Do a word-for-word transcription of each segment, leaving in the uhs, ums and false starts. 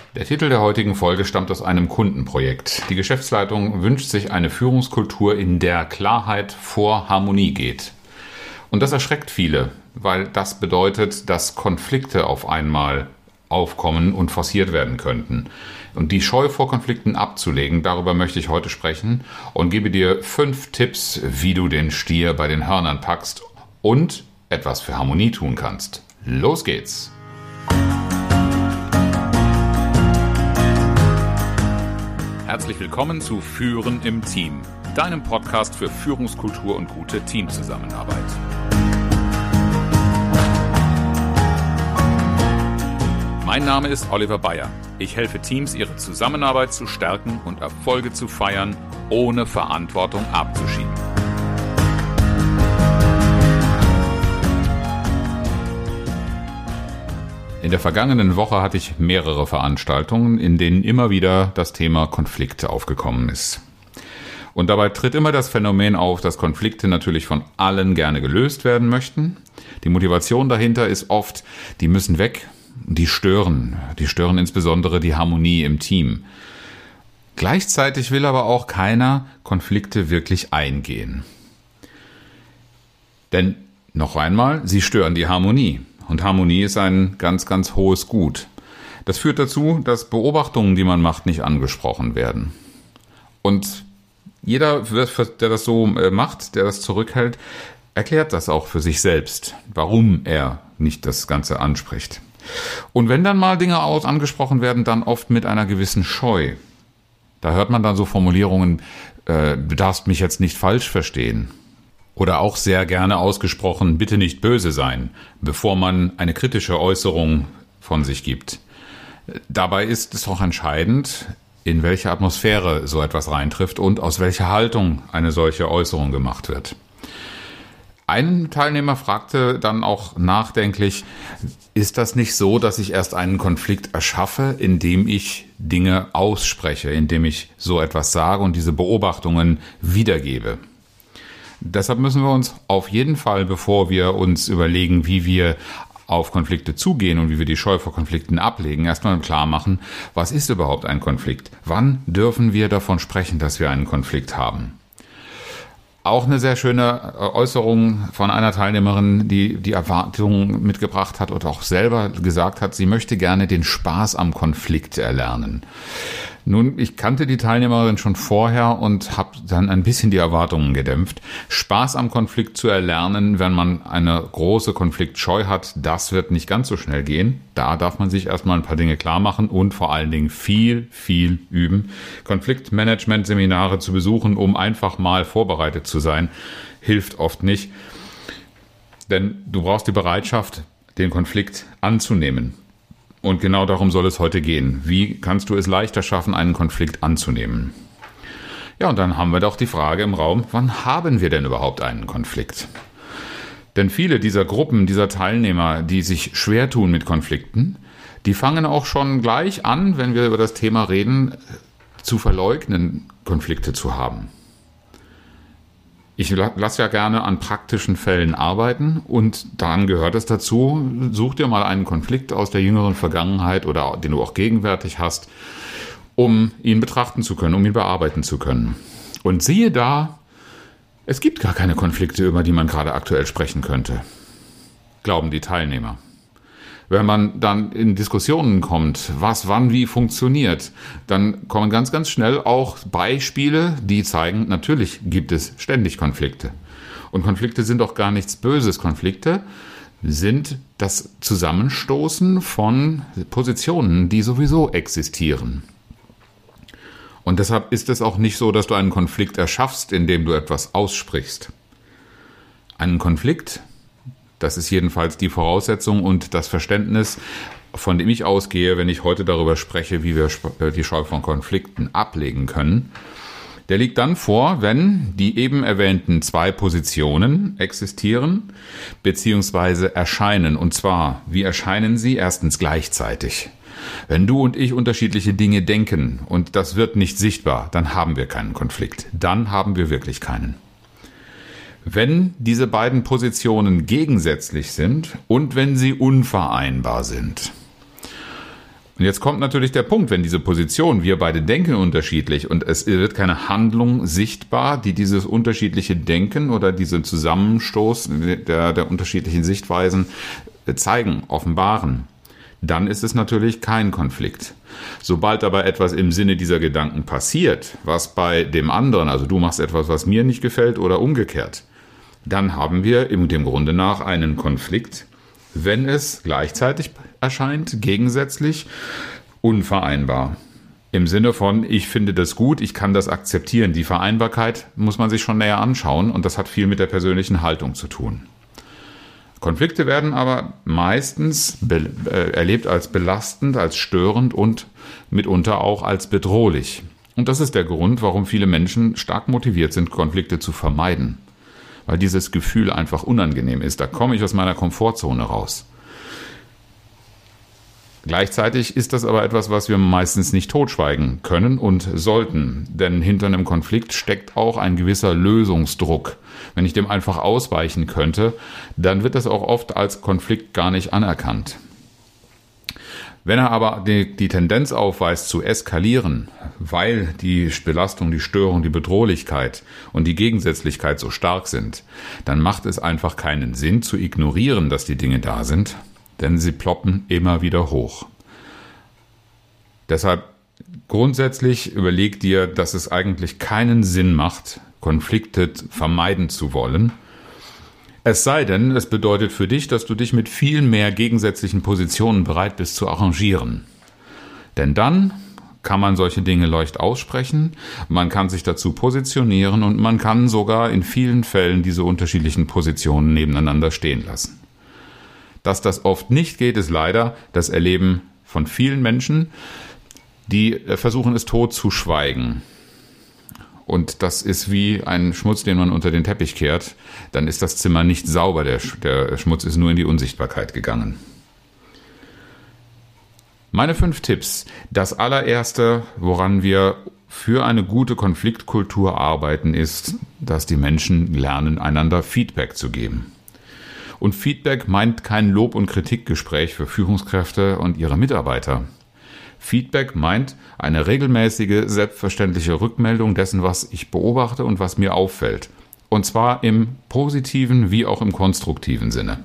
Der Titel der heutigen Folge stammt aus einem Kundenprojekt. Die Geschäftsleitung wünscht sich eine Führungskultur, in der Klarheit vor Harmonie geht. Und das erschreckt viele, weil das bedeutet, dass Konflikte auf einmal aufkommen und forciert werden könnten. Und die Scheu vor Konflikten abzulegen, darüber möchte ich heute sprechen und gebe dir fünf Tipps, wie du den Stier bei den Hörnern packst und etwas für Harmonie tun kannst. Los geht's! Herzlich willkommen zu Führen im Team, deinem Podcast für Führungskultur und gute Teamzusammenarbeit. Mein Name ist Oliver Bayer. Ich helfe Teams, ihre Zusammenarbeit zu stärken und Erfolge zu feiern, ohne Verantwortung abzuschieben. In der vergangenen Woche hatte ich mehrere Veranstaltungen, in denen immer wieder das Thema Konflikte aufgekommen ist. Und dabei tritt immer das Phänomen auf, dass Konflikte natürlich von allen gerne gelöst werden möchten. Die Motivation dahinter ist oft, die müssen weg, die stören. Die stören insbesondere die Harmonie im Team. Gleichzeitig will aber auch keiner Konflikte wirklich eingehen. Denn, noch einmal, sie stören die Harmonie. Und Harmonie ist ein ganz, ganz hohes Gut. Das führt dazu, dass Beobachtungen, die man macht, nicht angesprochen werden. Und jeder, der das so macht, der das zurückhält, erklärt das auch für sich selbst, warum er nicht das Ganze anspricht. Und wenn dann mal Dinge aus angesprochen werden, dann oft mit einer gewissen Scheu. Da hört man dann so Formulierungen, äh, du darfst mich jetzt nicht falsch verstehen. Oder auch sehr gerne ausgesprochen, bitte nicht böse sein, bevor man eine kritische Äußerung von sich gibt. Dabei ist es auch entscheidend, in welche Atmosphäre so etwas reintrifft und aus welcher Haltung eine solche Äußerung gemacht wird. Ein Teilnehmer fragte dann auch nachdenklich, ist das nicht so, dass ich erst einen Konflikt erschaffe, indem ich Dinge ausspreche, indem ich so etwas sage und diese Beobachtungen wiedergebe? Deshalb müssen wir uns auf jeden Fall, bevor wir uns überlegen, wie wir auf Konflikte zugehen und wie wir die Scheu vor Konflikten ablegen, erstmal klar machen, was ist überhaupt ein Konflikt? Wann dürfen wir davon sprechen, dass wir einen Konflikt haben? Auch eine sehr schöne Äußerung von einer Teilnehmerin, die die Erwartungen mitgebracht hat und auch selber gesagt hat, sie möchte gerne den Spaß am Konflikt erlernen. Nun, ich kannte die Teilnehmerin schon vorher und habe dann ein bisschen die Erwartungen gedämpft. Spaß am Konflikt zu erlernen, wenn man eine große Konfliktscheu hat, das wird nicht ganz so schnell gehen. Da darf man sich erstmal ein paar Dinge klar machen und vor allen Dingen viel, viel üben. Konfliktmanagement-Seminare zu besuchen, um einfach mal vorbereitet zu sein, hilft oft nicht. Denn du brauchst die Bereitschaft, den Konflikt anzunehmen. Und genau darum soll es heute gehen. Wie kannst du es leichter schaffen, einen Konflikt anzunehmen? Ja, und dann haben wir doch die Frage im Raum, wann haben wir denn überhaupt einen Konflikt? Denn viele dieser Gruppen, dieser Teilnehmer, die sich schwer tun mit Konflikten, die fangen auch schon gleich an, wenn wir über das Thema reden, zu verleugnen, Konflikte zu haben. Ich lasse ja gerne an praktischen Fällen arbeiten und dann gehört es dazu, such dir mal einen Konflikt aus der jüngeren Vergangenheit oder den du auch gegenwärtig hast, um ihn betrachten zu können, um ihn bearbeiten zu können. Und siehe da, es gibt gar keine Konflikte, über die man gerade aktuell sprechen könnte, glauben die Teilnehmer. Wenn man dann in Diskussionen kommt, was wann wie funktioniert, dann kommen ganz, ganz schnell auch Beispiele, die zeigen, natürlich gibt es ständig Konflikte. Und Konflikte sind auch gar nichts Böses. Konflikte sind das Zusammenstoßen von Positionen, die sowieso existieren. Und deshalb ist es auch nicht so, dass du einen Konflikt erschaffst, indem du etwas aussprichst. Einen Konflikt, das ist jedenfalls die Voraussetzung und das Verständnis, von dem ich ausgehe, wenn ich heute darüber spreche, wie wir die Scheu von Konflikten ablegen können. Der liegt dann vor, wenn die eben erwähnten zwei Positionen existieren bzw. erscheinen. Und zwar, wie erscheinen sie? Erstens gleichzeitig. Wenn du und ich unterschiedliche Dinge denken und das wird nicht sichtbar, dann haben wir keinen Konflikt. Dann haben wir wirklich keinen. Wenn diese beiden Positionen gegensätzlich sind und wenn sie unvereinbar sind. Und jetzt kommt natürlich der Punkt, wenn diese Position, wir beide denken unterschiedlich und es wird keine Handlung sichtbar, die dieses unterschiedliche Denken oder diesen Zusammenstoß der, der unterschiedlichen Sichtweisen zeigen, offenbaren, dann ist es natürlich kein Konflikt. Sobald aber etwas im Sinne dieser Gedanken passiert, was bei dem anderen, also du machst etwas, was mir nicht gefällt oder umgekehrt, dann haben wir im dem Grunde nach einen Konflikt, wenn es gleichzeitig erscheint, gegensätzlich, unvereinbar. Im Sinne von, ich finde das gut, ich kann das akzeptieren. Die Vereinbarkeit muss man sich schon näher anschauen und das hat viel mit der persönlichen Haltung zu tun. Konflikte werden aber meistens be- äh, erlebt als belastend, als störend und mitunter auch als bedrohlich. Und das ist der Grund, warum viele Menschen stark motiviert sind, Konflikte zu vermeiden. Weil dieses Gefühl einfach unangenehm ist. Da komme ich aus meiner Komfortzone raus. Gleichzeitig ist das aber etwas, was wir meistens nicht totschweigen können und sollten. Denn hinter einem Konflikt steckt auch ein gewisser Lösungsdruck. Wenn ich dem einfach ausweichen könnte, dann wird das auch oft als Konflikt gar nicht anerkannt. Wenn er aber die, die Tendenz aufweist zu eskalieren, weil die Belastung, die Störung, die Bedrohlichkeit und die Gegensätzlichkeit so stark sind, dann macht es einfach keinen Sinn zu ignorieren, dass die Dinge da sind, denn sie ploppen immer wieder hoch. Deshalb grundsätzlich überleg dir, dass es eigentlich keinen Sinn macht, Konflikte vermeiden zu wollen. Es sei denn, es bedeutet für dich, dass du dich mit viel mehr gegensätzlichen Positionen bereit bist zu arrangieren. Denn dann kann man solche Dinge leicht aussprechen, man kann sich dazu positionieren und man kann sogar in vielen Fällen diese unterschiedlichen Positionen nebeneinander stehen lassen. Dass das oft nicht geht, ist leider das Erleben von vielen Menschen, die versuchen, es tot zu schweigen. Und das ist wie ein Schmutz, den man unter den Teppich kehrt. Dann ist das Zimmer nicht sauber. Der, der Schmutz ist nur in die Unsichtbarkeit gegangen. Meine fünf Tipps. Das allererste, woran wir für eine gute Konfliktkultur arbeiten, ist, dass die Menschen lernen, einander Feedback zu geben. Und Feedback meint kein Lob- und Kritikgespräch für Führungskräfte und ihre Mitarbeiter. Feedback meint eine regelmäßige, selbstverständliche Rückmeldung dessen, was ich beobachte und was mir auffällt. Und zwar im positiven wie auch im konstruktiven Sinne.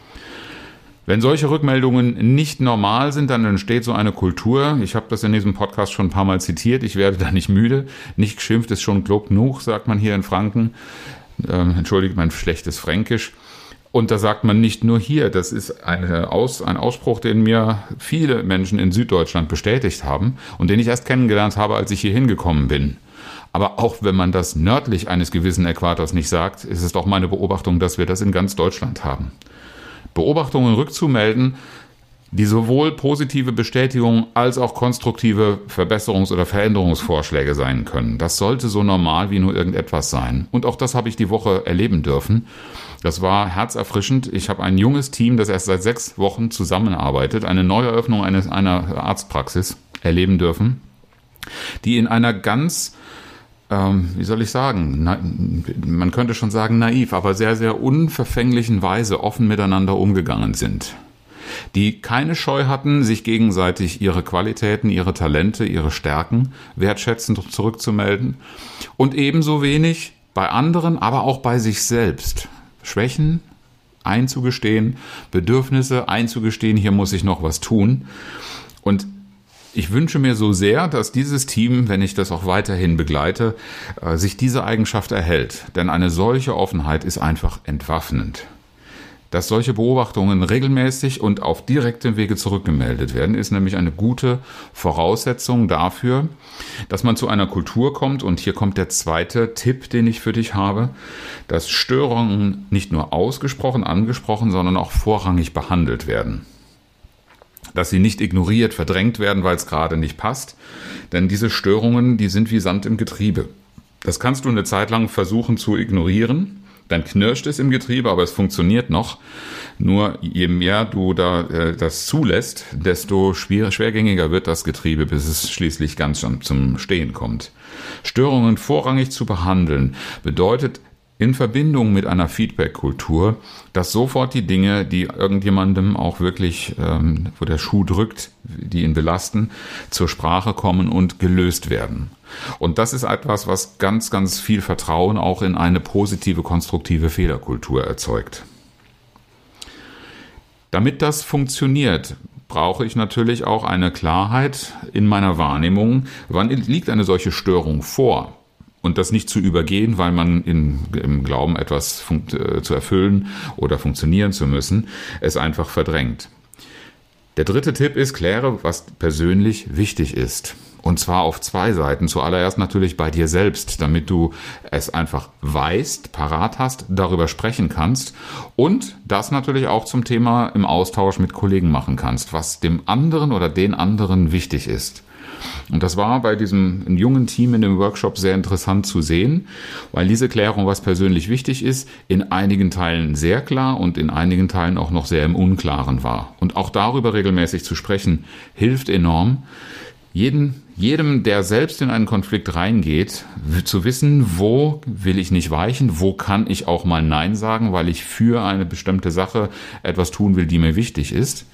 Wenn solche Rückmeldungen nicht normal sind, dann entsteht so eine Kultur. Ich habe das in diesem Podcast schon ein paar Mal zitiert. Ich werde da nicht müde. Nicht geschimpft ist schon klug genug, sagt man hier in Franken. Ähm, entschuldigt mein schlechtes Fränkisch. Und da sagt man nicht nur hier, das ist eine Aus, ein Ausspruch, den mir viele Menschen in Süddeutschland bestätigt haben und den ich erst kennengelernt habe, als ich hier hingekommen bin. Aber auch wenn man das nördlich eines gewissen Äquators nicht sagt, ist es doch meine Beobachtung, dass wir das in ganz Deutschland haben. Beobachtungen rückzumelden, die sowohl positive Bestätigungen als auch konstruktive Verbesserungs- oder Veränderungsvorschläge sein können. Das sollte so normal wie nur irgendetwas sein. Und auch das habe ich die Woche erleben dürfen. Das war herzerfrischend. Ich habe ein junges Team, das erst seit sechs Wochen zusammenarbeitet, eine Neueröffnung eines, einer Arztpraxis erleben dürfen, die in einer ganz, ähm, wie soll ich sagen, na, man könnte schon sagen naiv, aber sehr, sehr unverfänglichen Weise offen miteinander umgegangen sind. Die keine Scheu hatten, sich gegenseitig ihre Qualitäten, ihre Talente, ihre Stärken wertschätzend zurückzumelden und ebenso wenig bei anderen, aber auch bei sich selbst Schwächen einzugestehen, Bedürfnisse einzugestehen, hier muss ich noch was tun. Und ich wünsche mir so sehr, dass dieses Team, wenn ich das auch weiterhin begleite, sich diese Eigenschaft erhält. Denn eine solche Offenheit ist einfach entwaffnend. Dass solche Beobachtungen regelmäßig und auf direktem Wege zurückgemeldet werden, ist nämlich eine gute Voraussetzung dafür, dass man zu einer Kultur kommt. Und hier kommt der zweite Tipp, den ich für dich habe, dass Störungen nicht nur ausgesprochen, angesprochen, sondern auch vorrangig behandelt werden. Dass sie nicht ignoriert, verdrängt werden, weil es gerade nicht passt. Denn diese Störungen, die sind wie Sand im Getriebe. Das kannst du eine Zeit lang versuchen zu ignorieren. Dann knirscht es im Getriebe, aber es funktioniert noch. Nur je mehr du da äh, das zulässt, desto schwer, schwergängiger wird das Getriebe, bis es schließlich ganz zum Stehen kommt. Störungen vorrangig zu behandeln bedeutet in Verbindung mit einer Feedback-Kultur, dass sofort die Dinge, die irgendjemandem auch wirklich, ähm, wo der Schuh drückt, die ihn belasten, zur Sprache kommen und gelöst werden. Und das ist etwas, was ganz, ganz viel Vertrauen auch in eine positive, konstruktive Fehlerkultur erzeugt. Damit das funktioniert, brauche ich natürlich auch eine Klarheit in meiner Wahrnehmung, wann liegt eine solche Störung vor. Und das nicht zu übergehen, weil man in, im Glauben, etwas fun- äh, zu erfüllen oder funktionieren zu müssen, es einfach verdrängt. Der dritte Tipp ist, kläre, was persönlich wichtig ist. Und zwar auf zwei Seiten. Zuallererst natürlich bei dir selbst, damit du es einfach weißt, parat hast, darüber sprechen kannst und das natürlich auch zum Thema im Austausch mit Kollegen machen kannst, was dem anderen oder den anderen wichtig ist. Und das war bei diesem jungen Team in dem Workshop sehr interessant zu sehen, weil diese Klärung, was persönlich wichtig ist, in einigen Teilen sehr klar und in einigen Teilen auch noch sehr im Unklaren war. Und auch darüber regelmäßig zu sprechen, hilft enorm, jeden, jedem, der selbst in einen Konflikt reingeht, zu wissen, wo will ich nicht weichen, wo kann ich auch mal Nein sagen, weil ich für eine bestimmte Sache etwas tun will, die mir wichtig ist.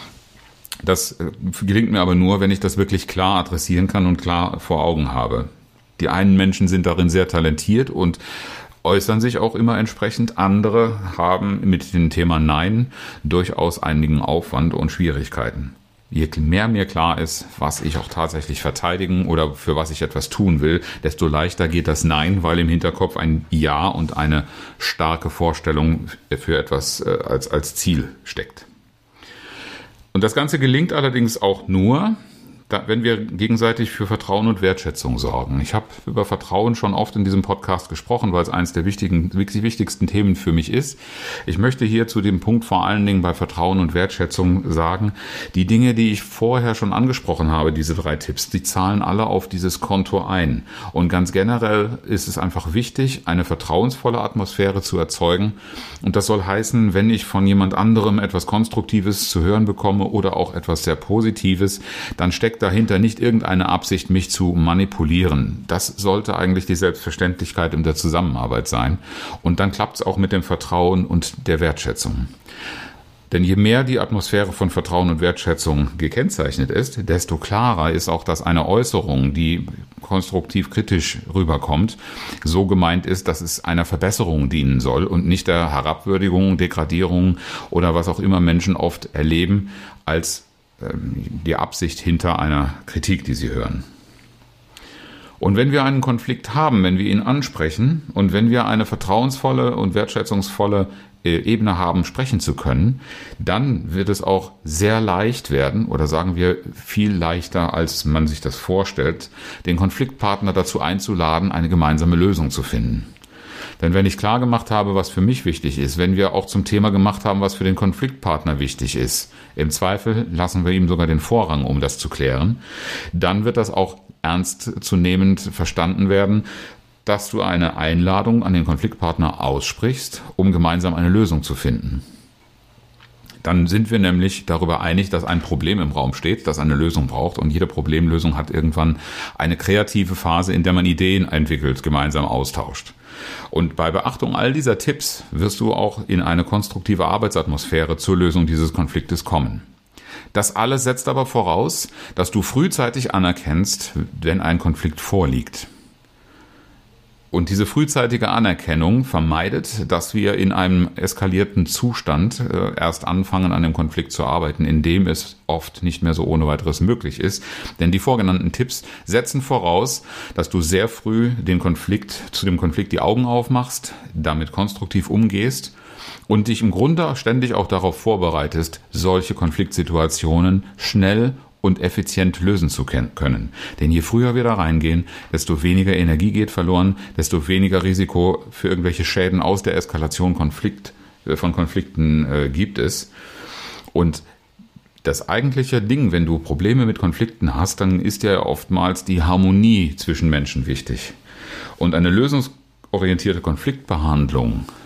Das gelingt mir aber nur, wenn ich das wirklich klar adressieren kann und klar vor Augen habe. Die einen Menschen sind darin sehr talentiert und äußern sich auch immer entsprechend. Andere haben mit dem Thema Nein durchaus einigen Aufwand und Schwierigkeiten. Je mehr mir klar ist, was ich auch tatsächlich verteidigen oder für was ich etwas tun will, desto leichter geht das Nein, weil im Hinterkopf ein Ja und eine starke Vorstellung für etwas als, als Ziel steckt. Und das Ganze gelingt allerdings auch nur, wenn wir gegenseitig für Vertrauen und Wertschätzung sorgen. Ich habe über Vertrauen schon oft in diesem Podcast gesprochen, weil es eines der wichtigen, wichtigsten Themen für mich ist. Ich möchte hier zu dem Punkt vor allen Dingen bei Vertrauen und Wertschätzung sagen, die Dinge, die ich vorher schon angesprochen habe, diese drei Tipps, die zahlen alle auf dieses Konto ein. Und ganz generell ist es einfach wichtig, eine vertrauensvolle Atmosphäre zu erzeugen. Und das soll heißen, wenn ich von jemand anderem etwas Konstruktives zu hören bekomme oder auch etwas sehr Positives, dann steckt dahinter nicht irgendeine Absicht, mich zu manipulieren. Das sollte eigentlich die Selbstverständlichkeit in der Zusammenarbeit sein. Und dann klappt es auch mit dem Vertrauen und der Wertschätzung. Denn je mehr die Atmosphäre von Vertrauen und Wertschätzung gekennzeichnet ist, desto klarer ist auch, dass eine Äußerung, die konstruktiv kritisch rüberkommt, so gemeint ist, dass es einer Verbesserung dienen soll und nicht der Herabwürdigung, Degradierung oder was auch immer Menschen oft erleben als die Absicht hinter einer Kritik, die sie hören. Und wenn wir einen Konflikt haben, wenn wir ihn ansprechen und wenn wir eine vertrauensvolle und wertschätzungsvolle Ebene haben, sprechen zu können, dann wird es auch sehr leicht werden, oder sagen wir viel leichter, als man sich das vorstellt, den Konfliktpartner dazu einzuladen, eine gemeinsame Lösung zu finden. Denn wenn ich klar gemacht habe, was für mich wichtig ist, wenn wir auch zum Thema gemacht haben, was für den Konfliktpartner wichtig ist, im Zweifel lassen wir ihm sogar den Vorrang, um das zu klären, dann wird das auch ernstzunehmend verstanden werden, dass du eine Einladung an den Konfliktpartner aussprichst, um gemeinsam eine Lösung zu finden. Dann sind wir nämlich darüber einig, dass ein Problem im Raum steht, das eine Lösung braucht. Und jede Problemlösung hat irgendwann eine kreative Phase, in der man Ideen entwickelt, gemeinsam austauscht. Und bei Beachtung all dieser Tipps wirst du auch in eine konstruktive Arbeitsatmosphäre zur Lösung dieses Konfliktes kommen. Das alles setzt aber voraus, dass du frühzeitig anerkennst, wenn ein Konflikt vorliegt. Und diese frühzeitige Anerkennung vermeidet, dass wir in einem eskalierten Zustand äh, erst anfangen, an dem Konflikt zu arbeiten, in dem es oft nicht mehr so ohne weiteres möglich ist. Denn die vorgenannten Tipps setzen voraus, dass du sehr früh den Konflikt, zu dem Konflikt die Augen aufmachst, damit konstruktiv umgehst und dich im Grunde ständig auch darauf vorbereitest, solche Konfliktsituationen schnell und effizient lösen zu können. Denn je früher wir da reingehen, desto weniger Energie geht verloren, desto weniger Risiko für irgendwelche Schäden aus der Eskalation Konflikt, von Konflikten äh, gibt es. Und das eigentliche Ding, wenn du Probleme mit Konflikten hast, dann ist ja oftmals die Harmonie zwischen Menschen wichtig. Und eine lösungsorientierte Konfliktbehandlung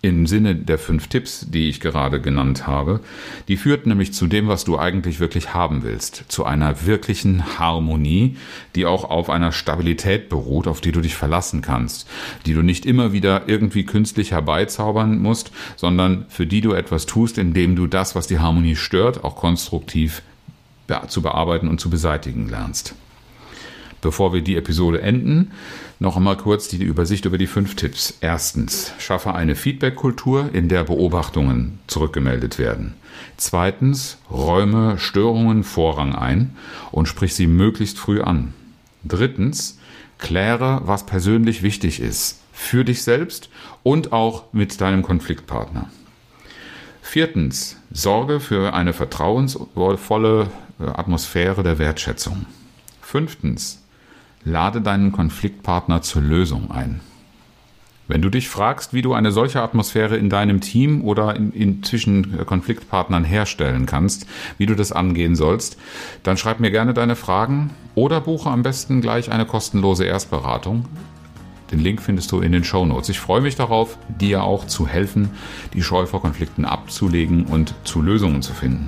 im Sinne der fünf Tipps, die ich gerade genannt habe. Die führt nämlich zu dem, was du eigentlich wirklich haben willst. Zu einer wirklichen Harmonie, die auch auf einer Stabilität beruht, auf die du dich verlassen kannst. Die du nicht immer wieder irgendwie künstlich herbeizaubern musst, sondern für die du etwas tust, indem du das, was die Harmonie stört, auch konstruktiv zu bearbeiten und zu beseitigen lernst. Bevor wir die Episode enden, noch einmal kurz die Übersicht über die fünf Tipps. Erstens, schaffe eine Feedback-Kultur, in der Beobachtungen zurückgemeldet werden. Zweitens, räume Störungen Vorrang ein und sprich sie möglichst früh an. Drittens, kläre, was persönlich wichtig ist, für dich selbst und auch mit deinem Konfliktpartner. Viertens, sorge für eine vertrauensvolle Atmosphäre der Wertschätzung. Fünftens, lade deinen Konfliktpartner zur Lösung ein. Wenn du dich fragst, wie du eine solche Atmosphäre in deinem Team oder in, in zwischen Konfliktpartnern herstellen kannst, wie du das angehen sollst, dann schreib mir gerne deine Fragen oder buche am besten gleich eine kostenlose Erstberatung. Den Link findest du in den Shownotes. Ich freue mich darauf, dir auch zu helfen, die Scheu vor Konflikten abzulegen und zu Lösungen zu finden.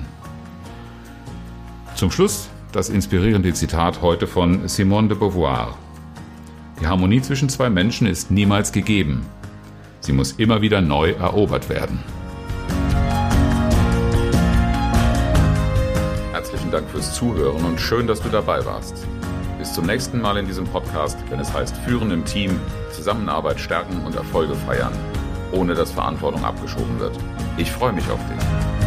Zum Schluss das inspirierende Zitat heute von Simone de Beauvoir. Die Harmonie zwischen zwei Menschen ist niemals gegeben. Sie muss immer wieder neu erobert werden. Herzlichen Dank fürs Zuhören und schön, dass du dabei warst. Bis zum nächsten Mal in diesem Podcast, wenn es heißt Führen im Team, Zusammenarbeit stärken und Erfolge feiern, ohne dass Verantwortung abgeschoben wird. Ich freue mich auf dich.